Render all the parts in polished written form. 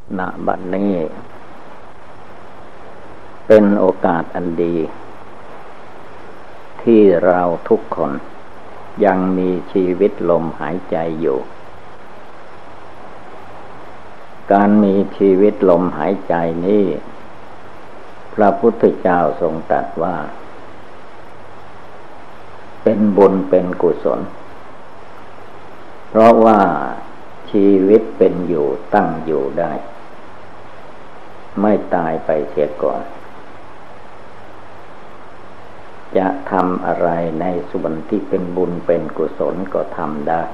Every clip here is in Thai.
ณ บัดนี้เป็นโอกาสอันดีที่เราทุกคนยังมีชีวิตลมหายใจอยู่การมีชีวิตลมหายใจนี้พระพุทธเจ้าทรงตรัสว่าเป็นบุญเป็นกุศลเพราะว่าชีวิตเป็นอยู่ตั้งอยู่ได้ไม่ตายไปเสียก่อนจะทำอะไรในส่วนที่เป็นบุญเป็นกุศลก็ทำได้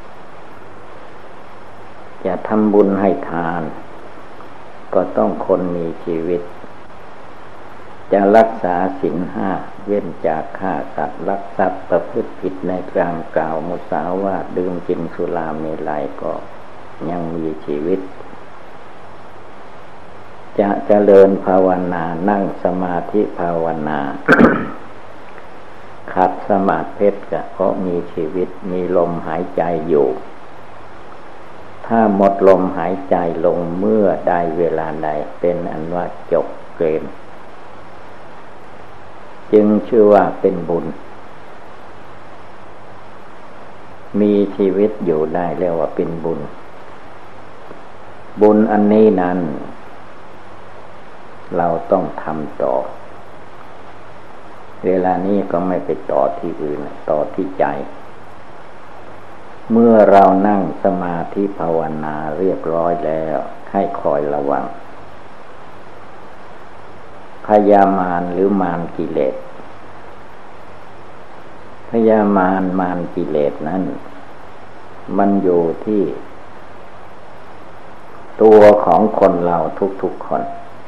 จะทำบุญให้ทานก็ต้องคนมีชีวิตจะรักษาศีลห้าเว้นจากฆ่าสัตว์ลักทรัพย์ประพฤติผิดในกลางกล่าวมุสาวาทดื่มกินสุราเมลัยก็ยังมีชีวิตจะเจริญภาวนานั่งสมาธิภาวนา ขัดสมาธิก็เพราะมีชีวิตมีลมหายใจอยู่ถ้าหมดลมหายใจลงเมื่อใดเวลาใดเป็นอันว่าจบเกมจึงชื่อว่าเป็นบุญมีชีวิตอยู่ได้เรียกว่าเป็นบุญบุญอันนี้นั้นเราต้องทำต่อเวลานี้ก็ไม่ไปต่อที่อื่นต่อที่ใจเมื่อเรานั่งสมาธิภาวนาเรียบร้อยแล้วให้คอยระวังพยามารหรือมารกิเลสพยามารมารกิเลสนั้นมันอยู่ที่ตัวของคนเราทุกๆคน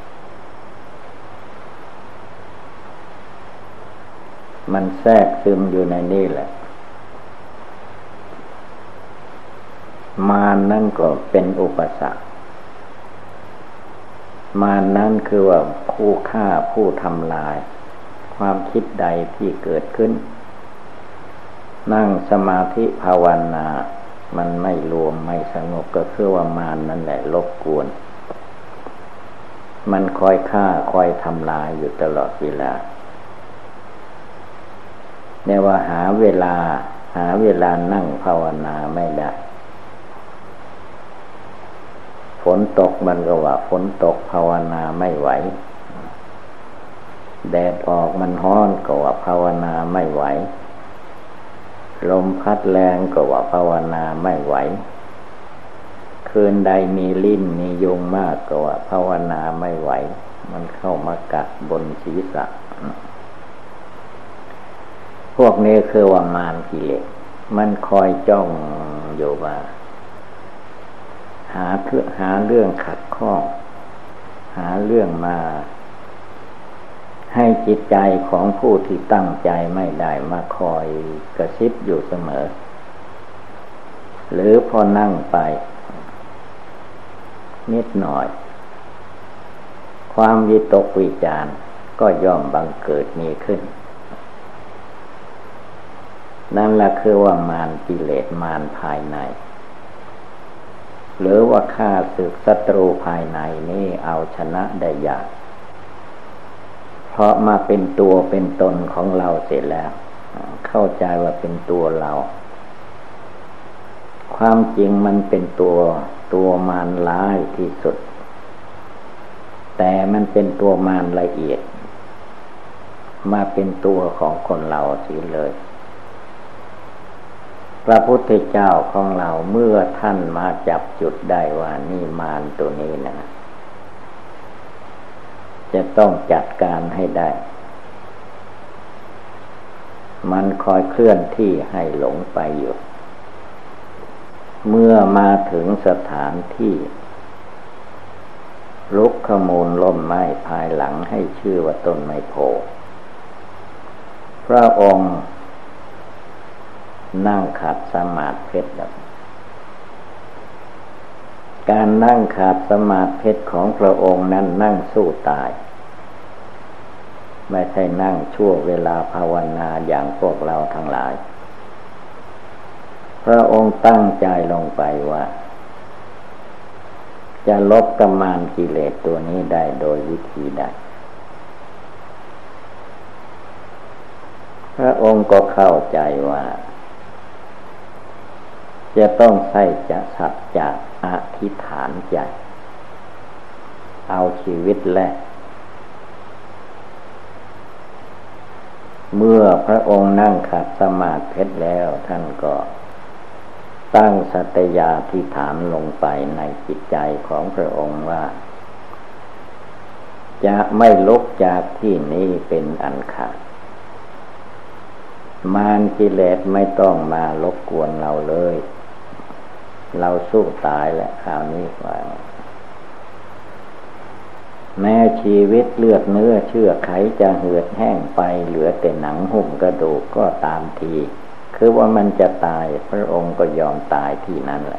มันแทรกซึมอยู่ในนี่แหละมารนั่นก็เป็นอุปสรรคมารนั่นคือว่าผู้ฆ่าผู้ทำลายความคิดใดที่เกิดขึ้นนั่งสมาธิภาวนามันไม่รวมไม่สงบก็คือว่ามารนั่นแหละรบกวนมันคอยฆ่าคอยทำลายอยู่ตลอดเวลาเนี่ยว่าหาเวลานั่งภาวนาไม่ได้ฝนตกมันก็ว่าฝนตกภาวนาไม่ไหวแดดออกมันร้อนก็ว่าภาวนาไม่ไหวลมพัดแรงก็ว่าภาวนาไม่ไหวคืนใดมีลิ้นมียุงมากก็ว่าภาวนาไม่ไหวมันเข้ามากัดบนศีรษะพวกนี้คือว่ามารกิเลสมันคอยจ้องอยู่ว่าหาเรื่องขัดข้องหาเรื่องมาให้จิตใจของผู้ที่ตั้งใจไม่ได้มาคอยกระซิบอยู่เสมอหรือพอนั่งไปนิดหน่อยความวิตกวิจารณ์ก็ย่อมบังเกิดมีขึ้นนั่นแหละคือว่ามารกิเลสมารภายในหรือว่าข้าศึกศัตรูภายในนี่เอาชนะได้ยากเพราะมาเป็นตัวเป็นตนของเราเสร็จแล้วเข้าใจว่าเป็นตัวเราความจริงมันเป็นตัวมารร้ายที่สุดแต่มันเป็นตัวมารละเอียดมาเป็นตัวของคนเราเสียเลยพระพุทธเจ้าของเราเมื่อท่านมาจับจุดได้ว่านี่มารตัวนี้นะจะต้องจัดการให้ได้มันคอยเคลื่อนที่ให้หลงไปอยู่เมื่อมาถึงสถานที่ลุกขมูลล้มไม้ภายหลังให้ชื่อว่าต้นไมโพธิ์พระองค์นั่งขัดสมาธิการนั่งขัดสมาธิของพระองค์นั้นนั่งสู้ตายไม่ใช่นั่งชั่วเวลาภาวนาอย่างพวกเราทั้งหลายพระองค์ตั้งใจลงไปว่าจะลบกำมานกิเลสตัวนี้ได้โดยวิธีใดพระองค์ก็เข้าใจว่าจะต้องใส่จะสัจจะอธิษฐานใจเอาชีวิตแลกเมื่อพระองค์นั่งขัดสมาธิแล้วท่านก็ตั้งสัตยาธิษฐานลงไปในจิตใจของพระองค์ว่าจะไม่ลุกจากที่นี้เป็นอันขาดมารกิเลสไม่ต้องมารบกวนเราเลยเราสู้ตายแล้วคราวนี้ว่าแม้ชีวิตเลือดเนื้อเชื่อไขจะเหือดแห้งไปเหลือแต่หนังหุ้มกระดูกก็ตามทีคือว่ามันจะตายพระองค์ก็ยอมตายที่นั่นแหละ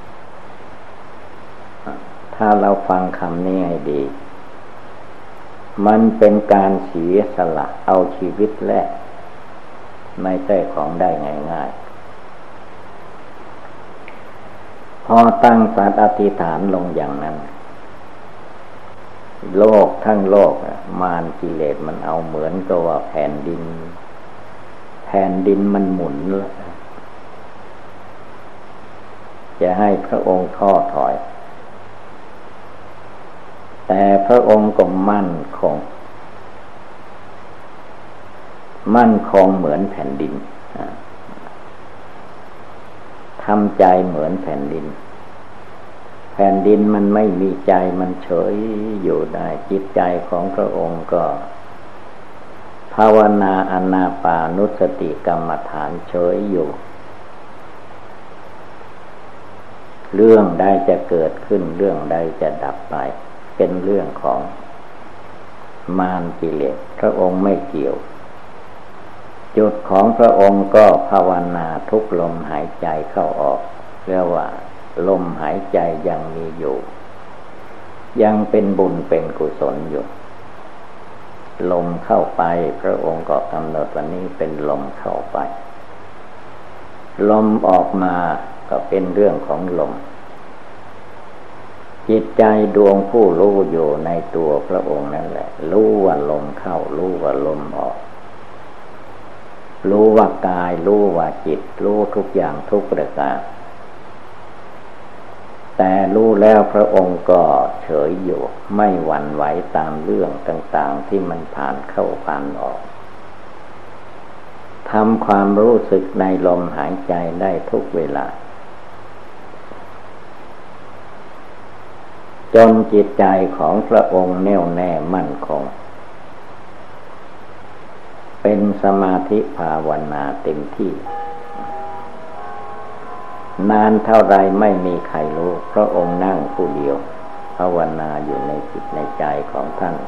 ถ้าเราฟังคำนี้ให้ดีมันเป็นการเสียสละเอาชีวิตแลกไม่ใช่ของได้ง่ายๆพอตั้งสัตย์อธิษฐานลงอย่างนั้นโลกทั้งโลกมารกิเลสมันเอาเหมือนกับว่าแผ่นดินมันหมุนจะให้พระองค์ท้อถอยแต่พระองค์ก็มั่นคงเหมือนแผ่นดินทำใจเหมือนแผ่นดินมันไม่มีใจมันเฉยอยู่ได้จิตใจของพระองค์ก็ภาวนาอานาปานุสติกรรมฐานเฉยอยู่เรื่องใดจะเกิดขึ้นเรื่องใดจะดับไปเป็นเรื่องของมารกิเลสพระองค์ไม่เกี่ยวจุดของพระองค์ก็ภาวนาทุกลมหายใจเข้าออกเรียกว่าลมหายใจยังมีอยู่ยังเป็นบุญเป็นกุศลอยู่ลมเข้าไปพระองค์ก็กำหนดวันนี้เป็นลมเข้าไปลมออกมาก็เป็นเรื่องของลมจิตใจดวงผู้รู้อยู่ในตัวพระองค์นั่นแหละรู้ว่าลมเข้ารู้ว่าลมออกรู้ว่ากายรู้ว่าจิตรู้ทุกอย่างทุกประการแต่รู้แล้วพระองค์ก็เฉยอยู่ไม่หวั่นไหวตามเรื่องต่างๆที่มันผ่านเข้าผ่านออกทำความรู้สึกในลมหายใจได้ทุกเวลาจนจิตใจของพระองค์แน่วแน่มั่นคงเป็นสมาธิภาวนาเต็มที่นานเท่าไรไม่มีใครรู้พระองค์นั่งผู้เดียวภาวนาอยู่ในจิตในใจของท่าน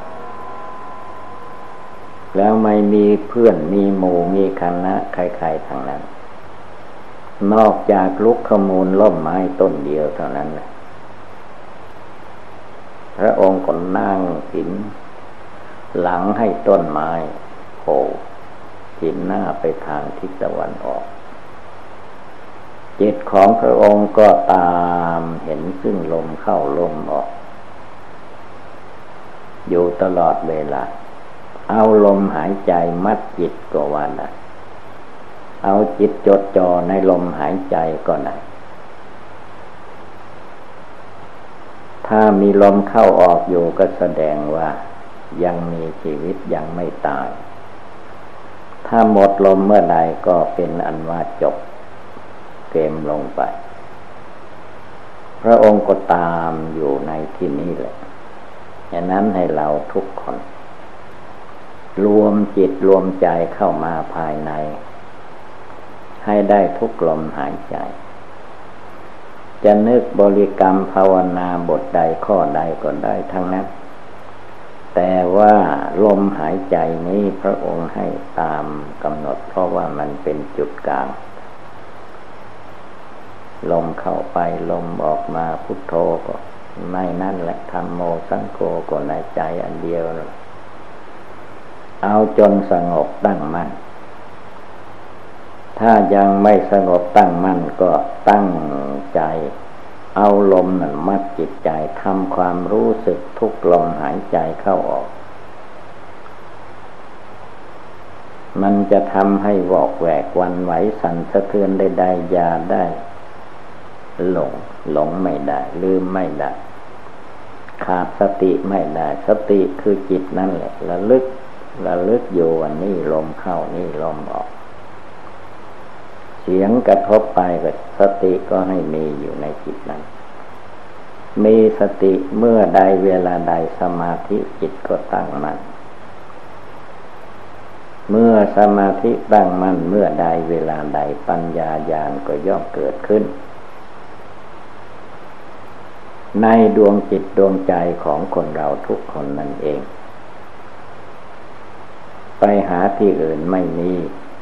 แล้วไม่มีเพื่อนมีหมู่มีคณะใครๆทั้งนั้นนอกจากลุกขมูลล่มไม้ต้นเดียวเท่านั้นแหละพระองค์ก็นั่งผินหลังให้ต้นไม้โผล่ผินหน้าไปทางทิศตะวันออกจิตของพระองค์ก็ตามเห็นซึ่งลมเข้าลมออกอยู่ตลอดเวลาเอาลมหายใจมัดจิตก็ว่าได้เอาจิตจดจ่อในลมหายใจก็ได้ถ้ามีลมเข้าออกอยู่ก็แสดงว่ายังมีชีวิตยังไม่ตายถ้าหมดลมเมื่อใดก็เป็นอันว่าจบเกมลงไปพระองค์ก็ตามอยู่ในที่นี้แหละฉะนั้นให้เราทุกคนรวมจิตรวมใจเข้ามาภายในให้ได้ทุกลมหายใจจะนึกบริกรรมภาวนาบทใดข้อใดก็ได้ทั้งนั้นแต่ว่าลมหายใจนี้พระองค์ให้ตามกำหนดเพราะว่ามันเป็นจุดกลางลมเข้าไปลมออกมาพุทโธก็ในนั่นแหละธัมโมสังโฆก็ในใจอันเดียวเอาจนสงบตั้งมั่นถ้ายังไม่สงบตั้งมั่นก็ตั้งใจเอาลมนั่นมัดจิตใจทำความรู้สึกทุกลมหายใจเข้าออกมันจะทำให้วอกแวกวันไหวสั่นสะเทือนใดๆอย่าได้หลงไม่ได้ลืมไม่ได้ขาดสติไม่ได้สติคือจิตนั่นแหละระลึกอยู่วันนี้ลมเข้านี่ลมออกเสียงกระทบไปก็สติก็ให้มีอยู่ในจิตนั้นมีสติเมื่อใดเวลาใดสมาธิจิตก็ตั้งมั่นเมื่อสมาธิตั้งมั่นเมื่อใดเวลาใดปัญญาญาณก็ย่อมเกิดขึ้นในดวงจิตดวงใจของคนเราทุกคนนั่นเองไปหาที่อื่นไม่มี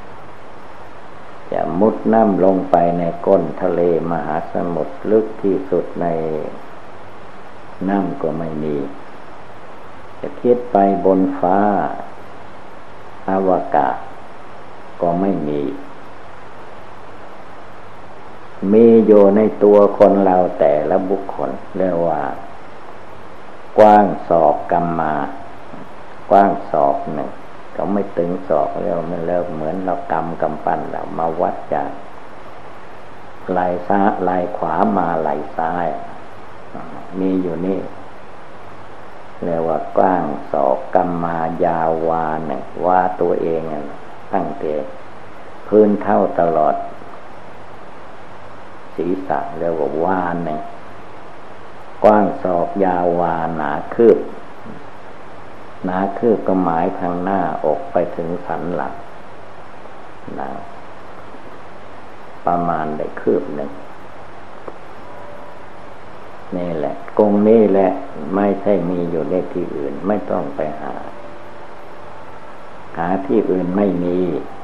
จะมุดน้ำลงไปในก้นทะเลมหาสมุทรลึกที่สุดในน้ำก็ไม่มีจะคิดไปบนฟ้าอวกาศก็ไม่มีอยู่ในตัวคนเราแต่ละบุคคลเรียกว่ากว้างศอกกำมากว้างศอกหนึ่งเขาไม่ตึงศอกเรียกไม่เลิกเหมือนเรากำปั้นเรามาวัดจากไหล่ซ้ายไหล่ขวามาไหล่ซ้ายมีอยู่นี่เรียกว่ากว้างศอกกำมายาววาหนึ่งวาตัวเองตั้งแต่พื้นเท่าตลอดศีรษะเรียกว่าวาหนึ่งกว้างศอกยาววาหนาคืบก็หมายทางหน้าอกไปถึงสันหลังนะประมาณได้คืบหนึ่งนี่แหละกรงนี้แหละไม่ใช่มีอยู่ในที่อื่นไม่ต้องไปหาที่อื่นไม่มี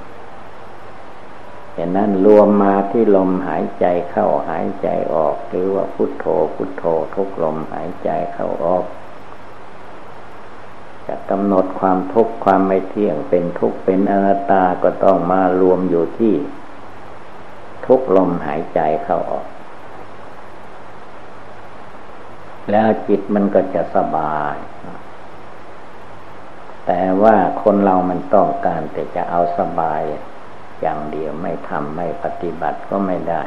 ฉะนั้นรวมมาที่ลมหายใจเข้าหายใจออกหรือว่าพุทโธพุทโธทุกลมหายใจเข้าออกจะกำหนดความทุกข์ความไม่เที่ยงเป็นทุกข์เป็นอนัตตาก็ต้องมารวมอยู่ที่ทุกลมหายใจเข้าออกแล้วจิตมันก็จะสบายแต่ว่าคนเรามันต้องการแต่จะเอาสบายอย่างเดียวไม่ทำไม่ปฏิบัติก็ไม่ได้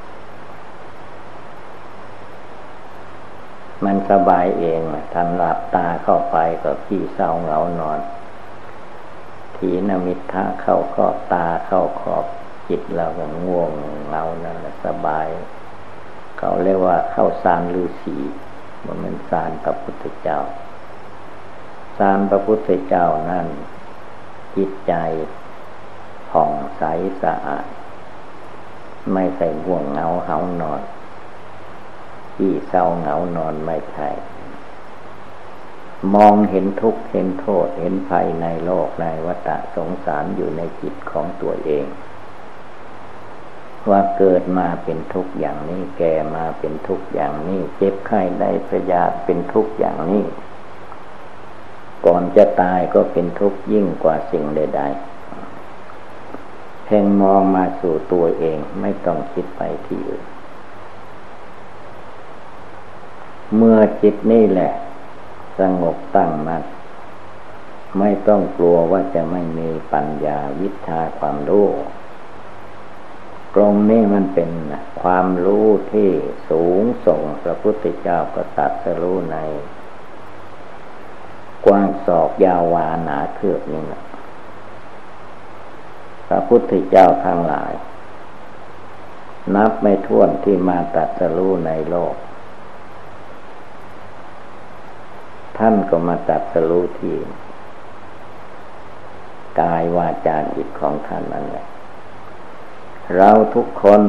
มันสบายเองทันหลับตาเข้าไปก็ขี้เศร้าเหงานอนทีนมิทธะเข้าครอบตาเข้าครอบจิตเราก็ง่วงเหงานั่นแหละสบายเขาเรียกว่าเข้าฌานฤาษีมันเป็นฌานพระพุทธเจ้าฌานพระพุทธเจ้านั่นจิตใจผ่องใสสะอาดไม่ใส่ง่วงเหงาเหานอนที่เศร้าเหงานอนไม่ใช่มองเห็นทุกข์เห็นโทษเห็นภัยในโลกในวัฏสงสารอยู่ในจิตของตัวเองว่าเกิดมาเป็นทุกข์อย่างนี้แก่มาเป็นทุกข์อย่างนี้เจ็บไข้ได้พยาธิเป็นทุกข์อย่างนี้ก่อนจะตายก็เป็นทุกข์ยิ่งกว่าสิ่งใดๆเพ่งมองมาสู่ตัวเองไม่ต้องคิดไปที่อื่นเมื่อจิตนี่แหละสงบตั้งมั่นไม่ต้องกลัวว่าจะไม่มีปัญญาวิชาความรู้ตรงนี้มันเป็นความรู้ที่สูงส่งพระพุทธเจ้าก็ตรัสรู้ในกว้างศอกยาววาหนาคืบนี่แหละพระพุทธเจ้าทั้งหลายนับไม่ถ้วนที่มาตรัสรู้ในโลกท่านก็มาตรัสรู้ที่กายวาจาจิตของท่านนั่นแหละเราทุกคน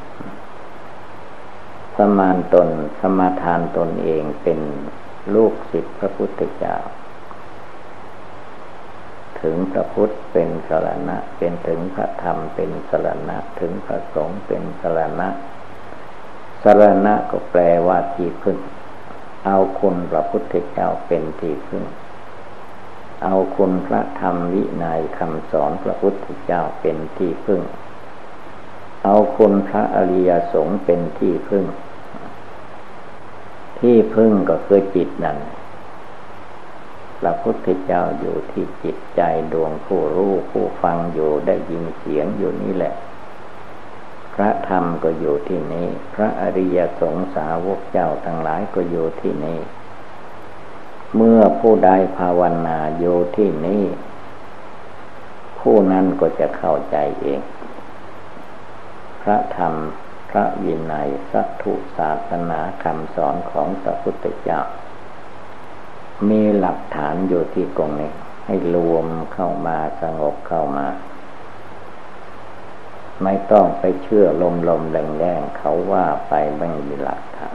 สมาทานตนเองเป็นลูกศิษย์พระพุทธเจ้าถึงพระพุทธเป็นสรณะเป็นถึงพระธรรมเป็นสรณะถึงพระสงฆ์เป็นสรณะสรณะก็แปลว่าที่พึ่งเอาคุณพระพุทธเจ้าเป็นที่พึ่งเอาคุณพระธรรมวินัยคำสอนพระพุทธเจ้าเป็นที่พึ่งเอาคุณพระอริยสงฆ์เป็นที่พึ่งที่พึ่งก็คือจิตนั่นพระพุทธเจ้าอยู่ที่จิตใจดวงผู้รู้ผู้ฟังอยู่ได้ยินเสียงอยู่นี่แหละพระธรรมก็อยู่ที่นี้พระอริยสงสาวกเจ้าทั้งหลายก็อยู่ที่นี้เมื่อผู้ใดภาวนาอยู่ที่นี้ผู้นั้นก็จะเข้าใจเองพระธรรมพระวินัยสัทธุศาสนาคำสอนของพระพุทธเจ้ามีหลักฐานอยู่ที่ตรงนี้ให้รวมเข้ามาสงบเข้ามาไม่ต้องไปเชื่อลมๆแรงๆเขาว่าไปไม่มีหลักฐาน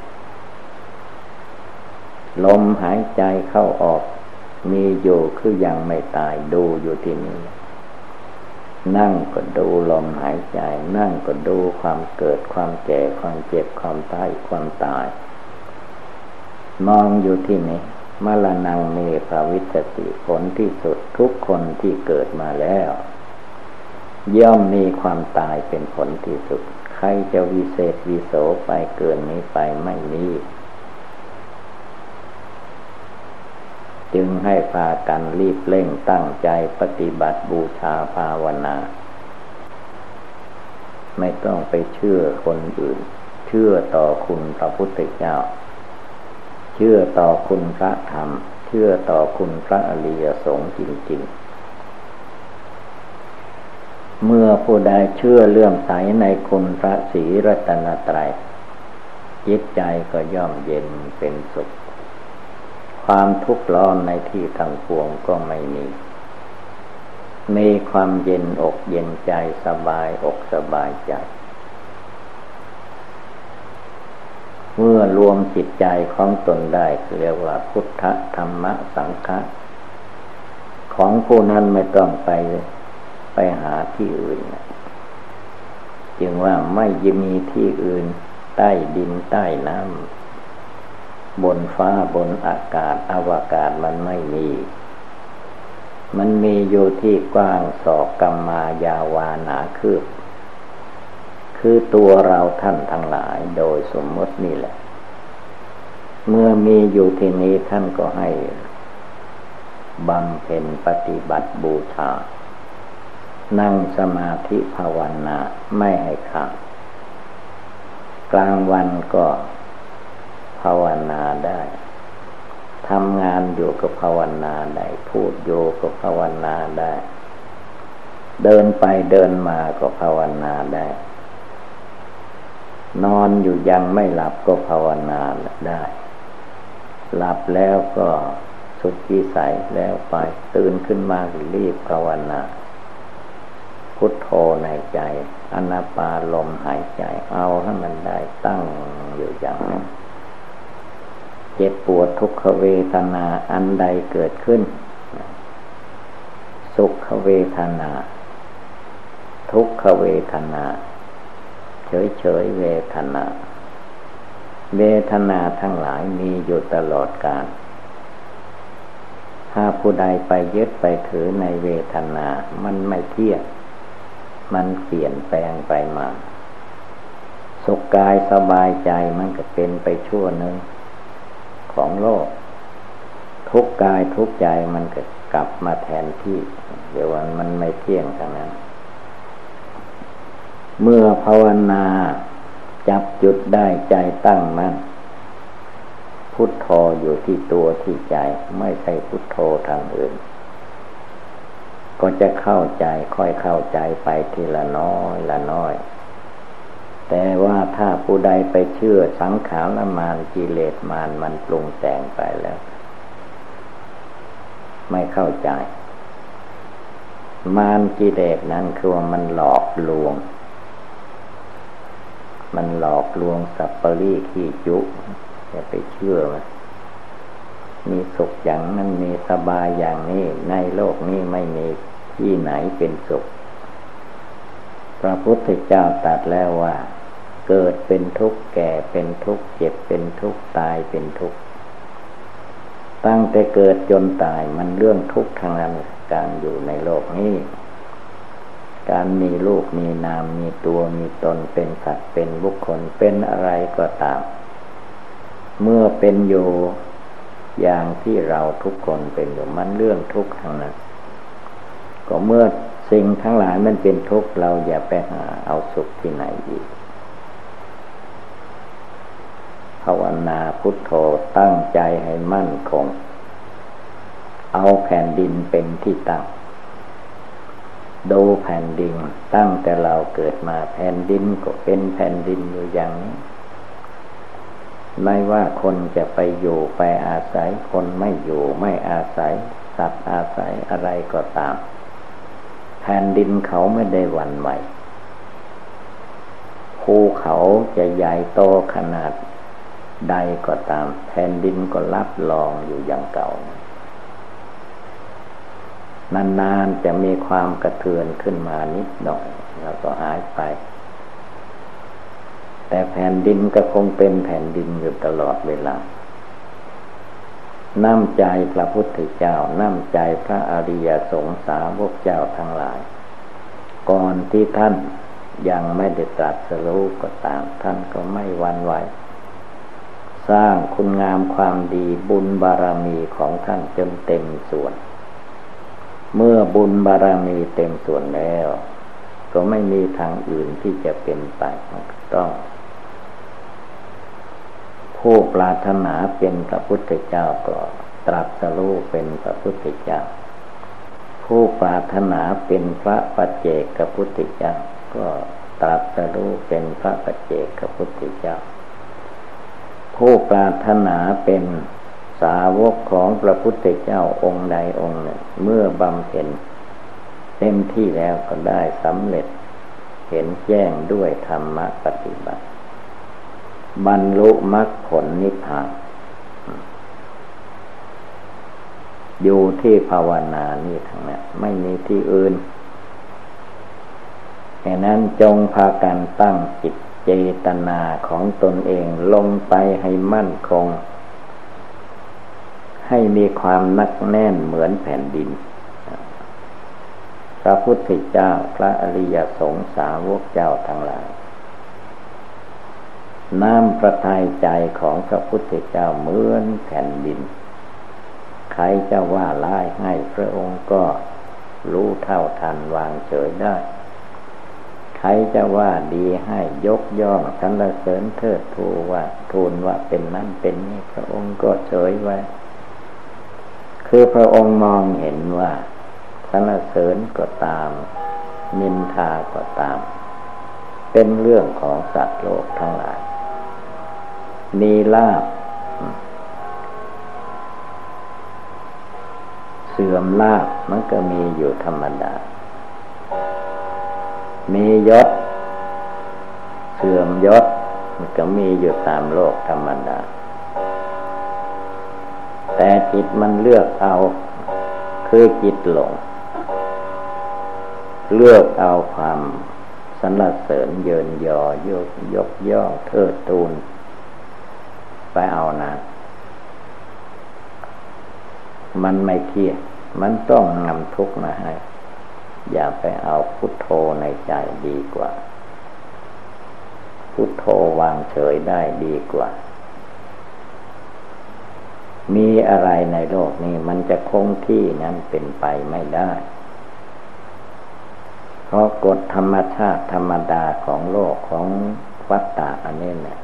ลมหายใจเข้าออกมีอยู่คือยังไม่ตายดูอยู่ที่นี่นั่งก็ดูลมหายใจนั่งก็ดูความเกิดความแก่ความเจ็บความตายความตายมองอยู่ที่นี้มรณงเมภวิสสติผลที่สุดทุกคนที่เกิดมาแล้วย่อมมีความตายเป็นผลที่สุดใครจะวิเศษวิโสไปเกินนี้ไปไม่มีจึงให้พากันรีบเร่งตั้งใจปฏิบัติบูชาภาวนาไม่ต้องไปเชื่อคนอื่นเชื่อต่อคุณพระพุทธเจ้าเชื่อต่อคุณพระธรรมเชื่อต่อคุณพระอริยสงฆ์จริงๆเมื่อผู้ใดเชื่อเลื่อมใสในคุณพระศรีรัตนตรัยจิตใจก็ย่อมเย็นเป็นสุขความทุกข์ร้อนในที่ทั้งปวงก็ไม่มีความเย็นอกเย็นใจสบายอกสบายใจเมื่อรวมจิตใจของตนได้เรียกว่าพุทธธรรมสังฆะของผู้นั้นไม่ต้องไปหาที่อื่นจึงว่าไม่มีที่อื่นใต้ดินใต้น้ำบนฟ้าบนอากาศอวกาศมันไม่มีมันมีอยู่ที่กว้างศอกกัมมายาวาหนาคืบคือตัวเราท่านทั้งหลายโดยสมมตินี่แหละเมื่อมีอยู่ที่นี้ท่านก็ให้บำเพ็ญปฏิบัติบูชานั่งสมาธิภาวนาไม่ให้ขาดกลางวันก็ภาวนาได้ทำงานอยู่ก็ภาวนาได้พูดอยู่ก็ภาวนาได้เดินไปเดินมาก็ภาวนาได้นอนอยู่ยังไม่หลับก็ภาวนาได้หลับแล้วก็สุดวิสัยแล้วไปตื่นขึ้นมารีบภาวนาพุทโธในใจอนาปานลมหายใจเอาให้มันได้ตั้งอยู่อย่างนั้นเจ็บปวดทุกขเวทนาอันใดเกิดขึ้นสุขเวทนาทุกขเวทนาเฉยเวทนาเวทนาทั้งหลายมีอยู่ตลอดกาลถ้าผู้ใดไปยึดไปถือในเวทนามันไม่เที่ยงมันเปลี่ยนแปลงไปมาสุขกายสบายใจมันก็เป็นไปชั่วนึงของโลกทุกข์กายทุกข์ใจมันก็กลับมาแทนที่เดี๋ยวมันไม่เที่ยงทั้งนั้นเมื่อภาวนาจับจุดได้ใจตั้งมั่นพุทโธอยู่ที่ตัวที่ใจไม่ใช่พุทโธทางอื่นก็จะเข้าใจค่อยเข้าใจไปทีละน้อยละน้อยแต่ว่าถ้าผู้ใดไปเชื่อสังขารมารกิเลสมารมันปรุงแต่งไปแล้วไม่เข้าใจมารกิเลสนั้นคือว่ามันหลอกลวงสัพปรีขี้จุอย่าไปเชื่อมันมีสุขอย่างนั้นมีสบายอย่างนี้ในโลกนี้ไม่มีที่ไหนเป็นสุขพระพุทธเจ้าตรัสแล้วว่าเกิดเป็นทุกข์แก่เป็นทุกข์เจ็บเป็นทุกข์ตายเป็นทุกข์ตั้งแต่เกิดจนตายมันเรื่องทุกข์ทั้งนั้นการอยู่ในโลกนี้การมีลูกมีนามมีตัวมีตนเป็นสัตว์เป็นบุคคลเป็นอะไรก็ตามเมื่อเป็นอยู่อย่างที่เราทุกคนเป็นอยู่มันเรื่องทุกข์ทั้งนั้นก็เมื่อสิ่งทั้งหลายมันเป็นทุกข์เราอย่าไปหาเอาสุขที่ไหนอีกภาวนาพุทโธตั้งใจให้มั่นคงเอาแผ่นดินเป็นที่ตั้งดูแผ่นดินตั้งแต่เราเกิดมาแผ่นดินก็เป็นแผ่นดินอยู่อย่างนี้ไม่ว่าคนจะไปอยู่ไปอาศัยคนไม่อยู่ไม่อาศัยสัตว์อาศัยอะไรก็ตามแผ่นดินเขาไม่ได้หวั่นไหวภูเขาจะใหญ่โตขนาดใดก็ตามแผ่นดินก็รับรองอยู่อย่างเก่านานๆจะมีความกระเทือนขึ้นมานิดหน่อยแล้วก็หายไปแต่แผ่นดินก็คงเป็นแผ่นดินอยู่ตลอดเวลาน้ำใจพระพุทธเจ้าน้ำใจพระอริยสงสาวกเจ้าทั้งหลายก่อนที่ท่านยังไม่ได้ตรัสรู้ก็ตามท่านก็ไม่หวั่นไหวสร้างคุณงามความดีบุญบารมีของท่านจนเต็มส่วนเมื่อบุญบารมีเต็มส่วนแล้วก็ไม่มีทางอื่นที่จะเป็นไปต้องผู้ปรารถนาเป็นพระพุทธเจ้าก็ตรัสรู้เป็นพระพุทธเจ้าผู้ปรารถนาเป็นพระปัจเจกพุทธเจ้าก็ตรัสรู้เป็นพระปัจเจกพุทธเจ้าผู้ปรารถนาเป็นสาวกของพระพุทธเจ้าองค์ใดองค์หนึ่งเมื่อบำเพ็ญเต็มที่แล้วก็ได้สำเร็จเห็นแจ้งด้วยธรรมปฏิบัติบรรลุมรรคผลนิพพานอยู่ที่ภาวนานี่ทั้งนั้นไม่มีที่อื่นแค่นั้นจงพากันตั้งจิตเจตนาของตนเองลงไปให้มั่นคงให้มีความนักแน่นเหมือนแผ่นดินพระพุทธเจ้าพระอริยสงสาวกเจ้าทั้งหลายน้ำประทัยใจของพระพุทธเจ้าเหมือนแผ่นดินใครจะว่าร้ายให้พระองค์ก็รู้เท่าทันวางเฉยได้ใครจะว่าดีให้ยกย่องสรรเสริญเทิดทูนว่าเป็นนั้นเป็นนี้พระองค์ก็เฉยไว้คือพระองค์มองเห็นว่าสรรเสริญก็ตามนินทาก็ตามเป็นเรื่องของสัตว์โลกทั้งหลายมีลาภเสื่อมลาภมันก็มีอยู่ธรรมดามียศเสื่อมยศมันก็มีอยู่ตามโลกธรรมดาแต่จิตมันเลือกเอาคือจิตหลงเลือกเอาความสรรเสริญเยินยอยกย่อเทิดทูนไปเอานะมันไม่เที่ยงมันต้องนำทุกข์มาให้อย่าไปเอาพุทโธในใจดีกว่าพุทโธวางเฉยได้ดีกว่ามีอะไรในโลกนี้มันจะคงที่นั้นเป็นไปไม่ได้เพราะกฎธรรมชาติธรรมดาของโลกของวัฏฏะอันนี้เนี่ย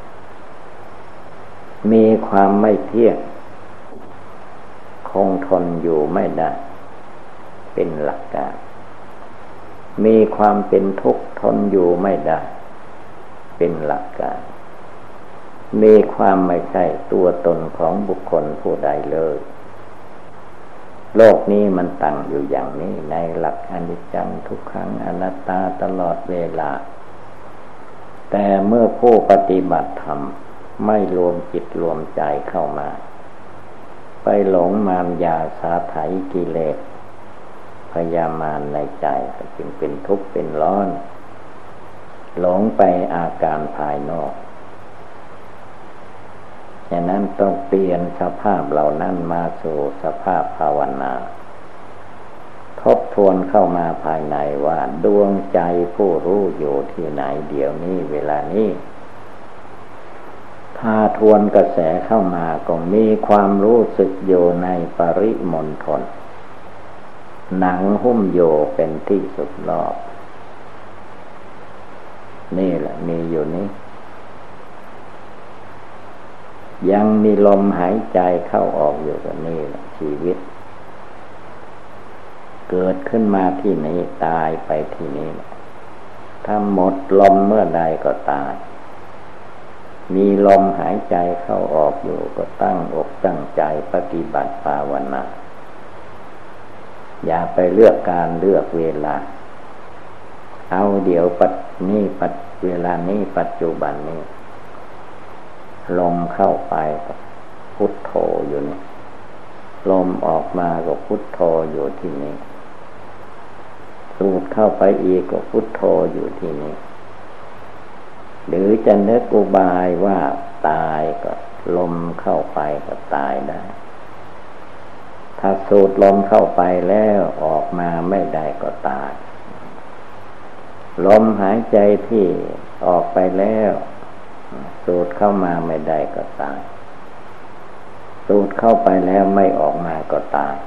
มีความไม่เที่ยงคงทนอยู่ไม่ได้เป็นหลักการมีความเป็นทุกข์ทนอยู่ไม่ได้เป็นหลักการมีความไม่ใช่ตัวตนของบุคคลผู้ใดเลยโลกนี้มันตั้งอยู่อย่างนี้ในหลักอนิจจังทุกขังอนัตตาตลอดเวลาแต่เมื่อผู้ปฏิบัติธรรมไม่รวมจิตรวมใจเข้ามาไปหลงมารยาสาไถกิเลสพยามารในใจจึงเป็นทุกข์เป็นร้อนหลงไปอาการภายนอกฉะนั้นต้องเปลี่ยนสภาพเหล่านั้นมาสู่สภาพภาวนาทบทวนเข้ามาภายในว่าดวงใจผู้รู้อยู่ที่ไหนเดี๋ยวนี้เวลานี้ทาทวนกระแสเข้ามาก็มีความรู้สึกอยู่ในปริมณฑลหนังหุ้มโยเป็นที่สุดรอบนี่แหละมีอยู่นี้ยังมีลมหายใจเข้าออกอยู่กับนี่แหละชีวิตเกิดขึ้นมาที่นี้ตายไปที่นี้ถ้าหมดลมเมื่อใดก็ตายมีลมหายใจเข้าออกอยู่ก็ตั้งอกตั้งใจปฏิบัติภาวนาอย่าไปเลือกการเลือกเวลาเอาเดี๋ยวเวลานี้ปัจจุบันนี้ลมเข้าไปก็พุทโธอยู่นี่ลมออกมาก็พุทโธอยู่ที่นี่สูดเข้าไปอีกก็พุทโธอยู่ที่นี่หรือจะนึกอุบายว่าตายก็ลมเข้าไปก็ตายได้ถ้าสูดลมเข้าไปแล้วออกมาไม่ได้ก็ตายลมหายใจที่ออกไปแล้วสูดเข้ามาไม่ได้ก็ตายสูดเข้าไปแล้วไม่ออกมาก็ตาย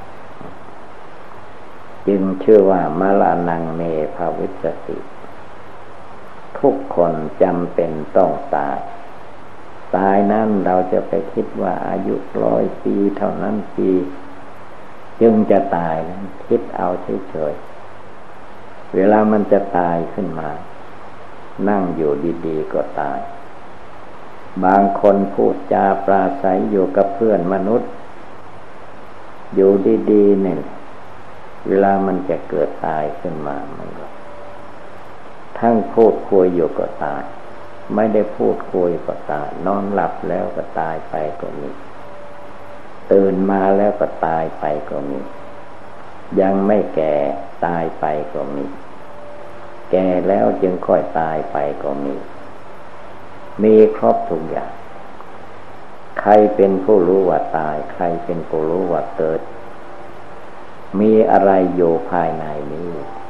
จึงชื่อว่ามรณังเมภวิสสติทุกคนจำเป็นต้องตายตายนั้นเราจะไปคิดว่าอายุ100 ปีเท่านั้นปีจึงจะตายนั้นคิดเอาเฉยๆเวลามันจะตายขึ้นมานั่งอยู่ดีๆก็ตายบางคนพูดจาปราศัยอยู่กับเพื่อนมนุษย์อยู่ดีๆเนี่ยเวลามันจะเกิดตายขึ้นมามันก็ทั้งพูดคุยอยู่ก็ตายไม่ได้พูดคุยก็ตายนอนหลับแล้วก็ตายไปก็มีตื่นมาแล้วก็ตายไปก็มียังไม่แก่ตายไปก็มีแก่แล้วจึงค่อยตายไปก็มีครบทุกอย่างใครเป็นผู้รู้ว่าตายใครเป็นผู้รู้ว่าเกิดมีอะไรอยู่ภายในนี้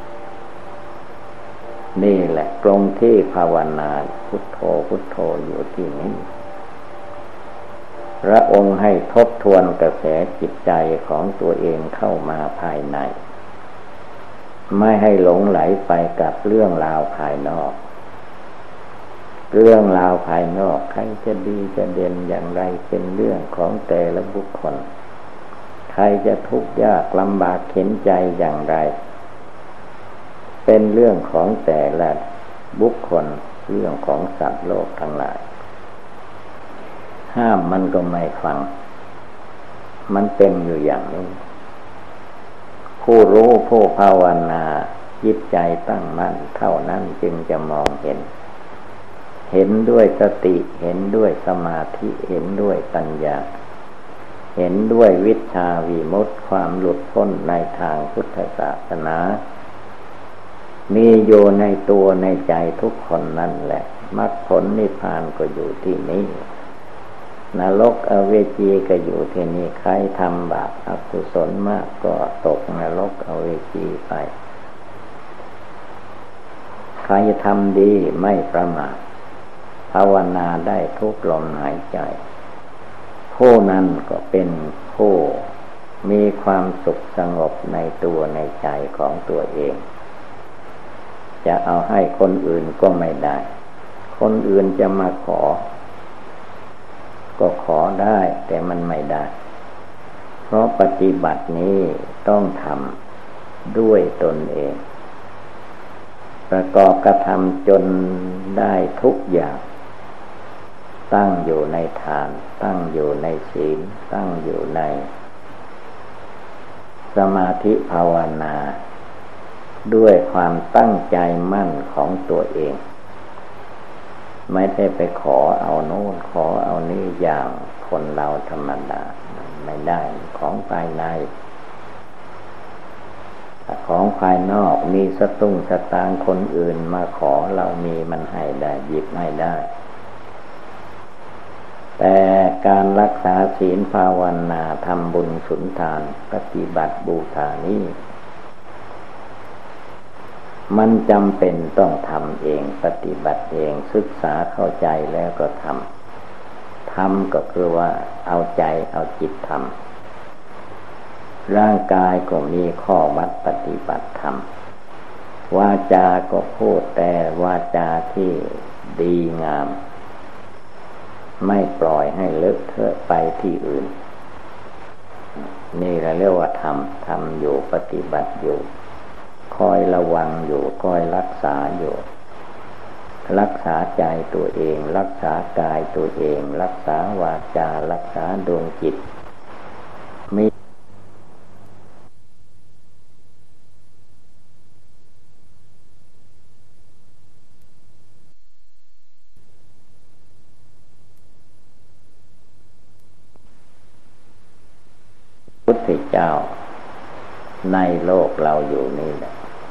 นี่แหละตรงที่ภาวนาพุทโธพุทโธอยู่ที่นี้พระองค์ให้ทบทวนกระแสจิตใจของตัวเองเข้ามาภายในไม่ให้หลงไหลไปกับเรื่องราวภายนอกเรื่องราวภายนอกใครจะดีจะเด่นอย่างไรเป็นเรื่องของแต่ละบุคคลใครจะทุกข์ยากลำบากเข็ญใจอย่างไรเป็นเรื่องของแต่ละบุคคลเรื่องของสัตว์โลกทั้งหลายห้ามมันก็ไม่ฟังมันเป็นอยู่อย่างนี้ผู้รู้ผู้ภาวนาจิตใจตั้งมั่นเท่านั้นจึงจะมองเห็นด้วยสติเห็นด้วยสมาธิเห็นด้วยปัญญาเห็นด้วยวิชชาวิมุตติความหลุดพ้นในทางพุทธศาสนามีอยู่ในตัวในใจทุกคนนั่นแหละมรรคผลนิพพานก็อยู่ที่นี้นรกอเวจีก็อยู่ที่นี่ใครทำบาปอกุศลมากก็ตกนรกอเวจีไปใครทำดีไม่ประมาทภาวนาได้ทุกลมหายใจผู้นั้นก็เป็นผู้มีความสุขสงบในตัวในใจของตัวเองจะเอาให้คนอื่นก็ไม่ได้คนอื่นจะมาขอก็ขอได้แต่มันไม่ได้เพราะปฏิบัตินี้ต้องทำด้วยตนเองประกอบกระทำจนได้ทุกอย่างตั้งอยู่ในทานตั้งอยู่ในศีลตั้งอยู่ในสมาธิภาวนาด้วยความตั้งใจมั่นของตัวเองไม่ได้ไปขอเอาโน่นขอเอานี่อย่างคนเราธรรมดาไม่ได้ของภายในของภายนอกมีสตุ้งสตางค์คนอื่นมาขอเรามีมันให้ได้หยิบให้ได้แต่การรักษาศีลภาวนาทำบุญสุนทานปฏิบัติบูชานี้มันจำเป็นต้องทำเองปฏิบัติเองศึกษาเข้าใจแล้วก็ททำก็คือว่าเอาใจเอาจิตทำร่างกายก็มีข้อวัดปฏิบัติธรรมวาจาก็พูดแต่วาจาที่ดีงามไม่ปล่อยให้เลอะเทอะไปที่อื่นนี่เราเรียกว่าทำอยู่ปฏิบัติอยู่คอยระวังอยู่คอยรักษาอยู่รักษาใจตัวเองรักษากายตัวเองรักษาวาจารักษาดวงจิตมีพุทธเจ้าในโลกเราอยู่นี่แหละ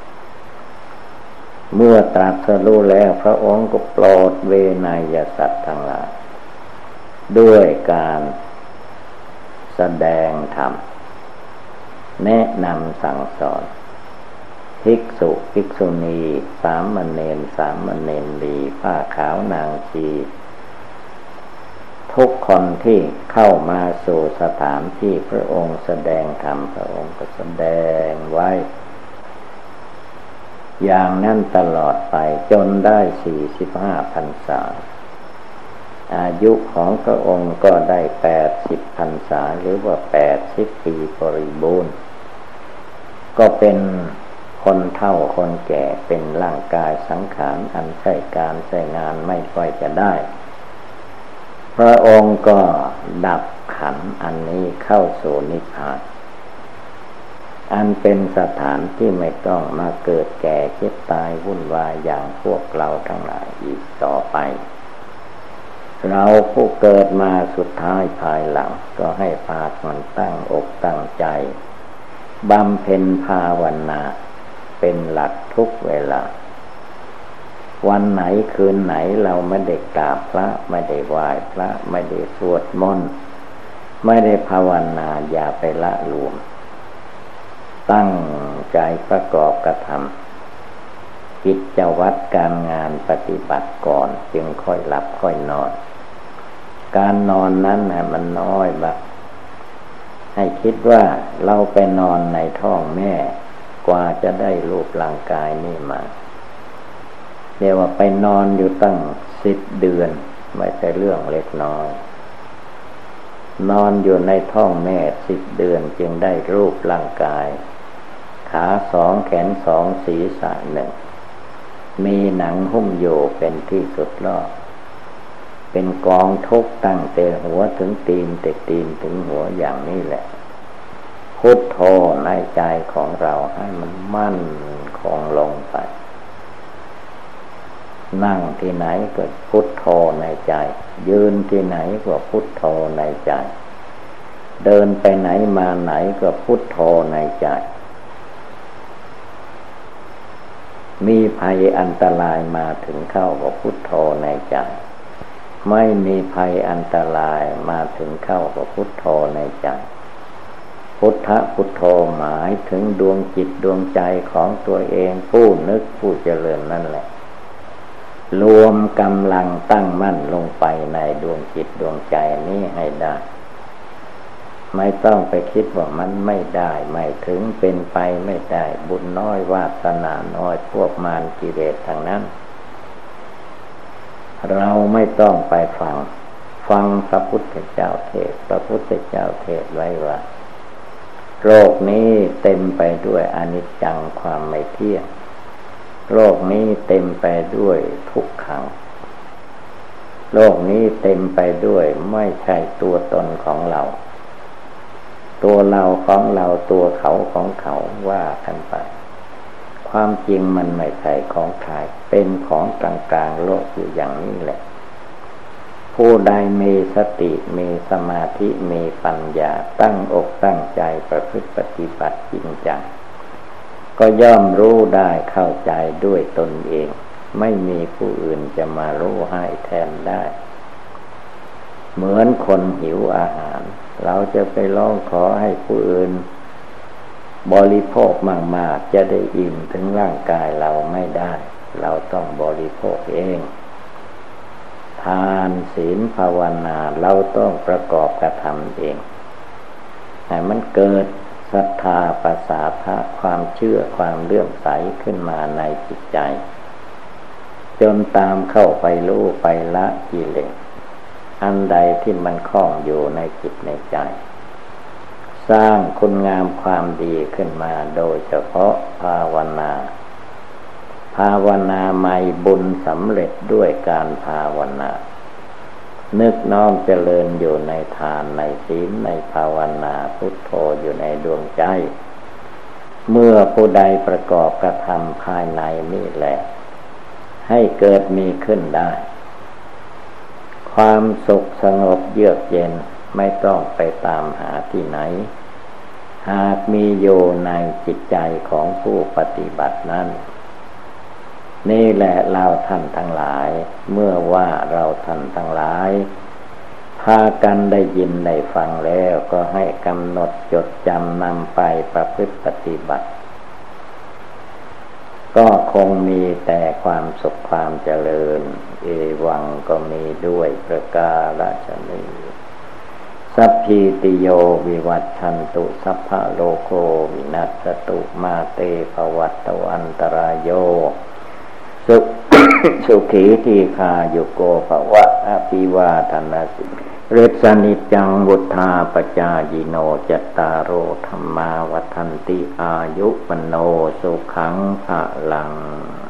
เมื่อตรัสรู้แล้วพระองค์ก็โปรดเวนยสัตว์ทั้งหลายด้วยการแสดงธรรมแนะนำสั่งสอนภิกษุภิกษุณีสามเณรสามเณรีผ้าขาวนางชีทุกคนที่เข้ามาสู่สถานที่พระองค์แสดงธรรมพระองค์ก็แสดงไว้อย่างนั้นตลอดไปจนได้45 พรรษาอายุของพระองค์ก็ได้80 พรรษาหรือว่า80 ปีบริบูรณ์ก็เป็นคนเฒ่าคนแก่เป็นร่างกายสังขารอันใช้การใช้งานไม่ค่อยจะได้พระองค์ก็ดับขันธ์อันนี้เข้าสู่นิพพานอันเป็นสถานที่ไม่ต้องมาเกิดแก่เจ็บตายวุ่นวายอย่างพวกเราทั้งหลายอีกต่อไปเราผู้เกิดมาสุดท้ายภายหลังก็ให้พากันตั้งอกตั้งใจบำเพ็ญภาวนาเป็นหลักทุกเวลาวันไหนคืนไหนเราไม่ได้กราบพระไม่ได้ไหว้พระไม่ได้สวดมนต์ไม่ได้ภาวนาอย่าไปละหลวมตั้งใจประกอบกระทำกิจวัตรการงานปฏิบัติก่อนจึงค่อยหลับค่อยนอนการนอนนั้นมันน้อยบักให้คิดว่าเราไปนอนในท้องแม่กว่าจะได้รูปร่างกายนี่มาเรียกว่าไปนอนอยู่ตั้ง10 เดือนไม่ใช่เรื่องเล็กน้อยนอนอยู่ในท้องแม่10 เดือนจึงได้รูปร่างกายขา2แขน2ศีรษะ1มีหนังหุ้มอยู่เป็นที่สุดรอบเป็นกองทุกข์ตั้งแต่หัวถึงตีนแต่ตีนถึงหัวอย่างนี้แหละพุทโธในใจของเราให้มันมั่นคงลงไปนั่งที่ไหนก็พุทโธในใจยืนที่ไหนก็พุทโธในใจเดินไปไหนมาไหนก็พุทโธในใจมีภัยอันตรายมาถึงเข้าก็พุทโธในใจไม่มีภัยอันตรายมาถึงเข้าก็พุทโธในใจพุทธะพุทโธหมายถึงดวงจิตดวงใจของตัวเองผู้นึกผู้เจริญนั่นแหละรวมกำลังตั้งมั่นลงไปในดวงจิตดวงใจนี้ให้ได้ไม่ต้องไปคิดว่ามันไม่ได้ไม่ถึงเป็นไปไม่ได้บุญน้อยวาสนาน้อยพวกมารกิเลสทางนั้นเราไม่ต้องไปฟังพระพุทธเจ้าเทศพระพุทธเจ้าเทศไว้ว่าโลกนี้เต็มไปด้วยอนิจจังความไม่เที่ยงโลกนี้เต็มไปด้วยทุกขังโลกนี้เต็มไปด้วยไม่ใช่ตัวตนของเราตัวเราของเราตัวเขาของเขาว่ากันไปความจริงมันไม่ใช่ของใครเป็นของกลางๆโลกอยู่อย่างนี้แหละผู้ใดมีสติมีสมาธิมีปัญญาตั้งอกตั้งใจประพฤติปฏิบัติจริงจังก็ย่อมรู้ได้เข้าใจด้วยตนเองไม่มีผู้อื่นจะมารู้ให้แทนได้เหมือนคนหิวอาหารเราจะไปร้องขอให้ผู้อื่นบริโภคมากๆจะได้อิ่มถึงร่างกายเราไม่ได้เราต้องบริโภคเองททานศีลภาวนาเราต้องประกอบกระทำเองให้มันเกิดศรัทธาประสาทะความเชื่อความเลื่อมใสขึ้นมาในจิตใจจนตามเข้าไปรู้ไปละกิเลสอันใดที่มันคล้องอยู่ในจิตในใจสร้างคุณงามความดีขึ้นมาโดยเฉพาะภาวนาไม่บุญสำเร็จด้วยการภาวนานึกน้อมเจริญอยู่ในทานในศีลในภาวนาพุทโธอยู่ในดวงใจเมื่อผู้ใดประกอบกระทำภายในนี่แหละให้เกิดมีขึ้นได้ความสุขสงบเยือกเย็นไม่ต้องไปตามหาที่ไหนหากมีอยู่ในจิตใจของผู้ปฏิบัตินั้นนี่แหละเราท่านทั้งหลายเมื่อว่าเราท่านทั้งหลายพากันได้ยินได้ฟังแล้วก็ให้กำหนดจดจำนำไปประพฤติปฏิบัติก็คงมีแต่ความสุขความเจริญเอวังก็มีด้วยประกาศนี้สัพพิติโยวิวัชชันตุสัพพะโลโกวินัสตุมาเตภวัตวันตรายโยสุขีทีคาโยโกภวะอภิวาทนาสิเรศนิจังวุธาปจายิโนจัตตารโอธรรมาวัฏันติอายุปโนสุขังภะลัง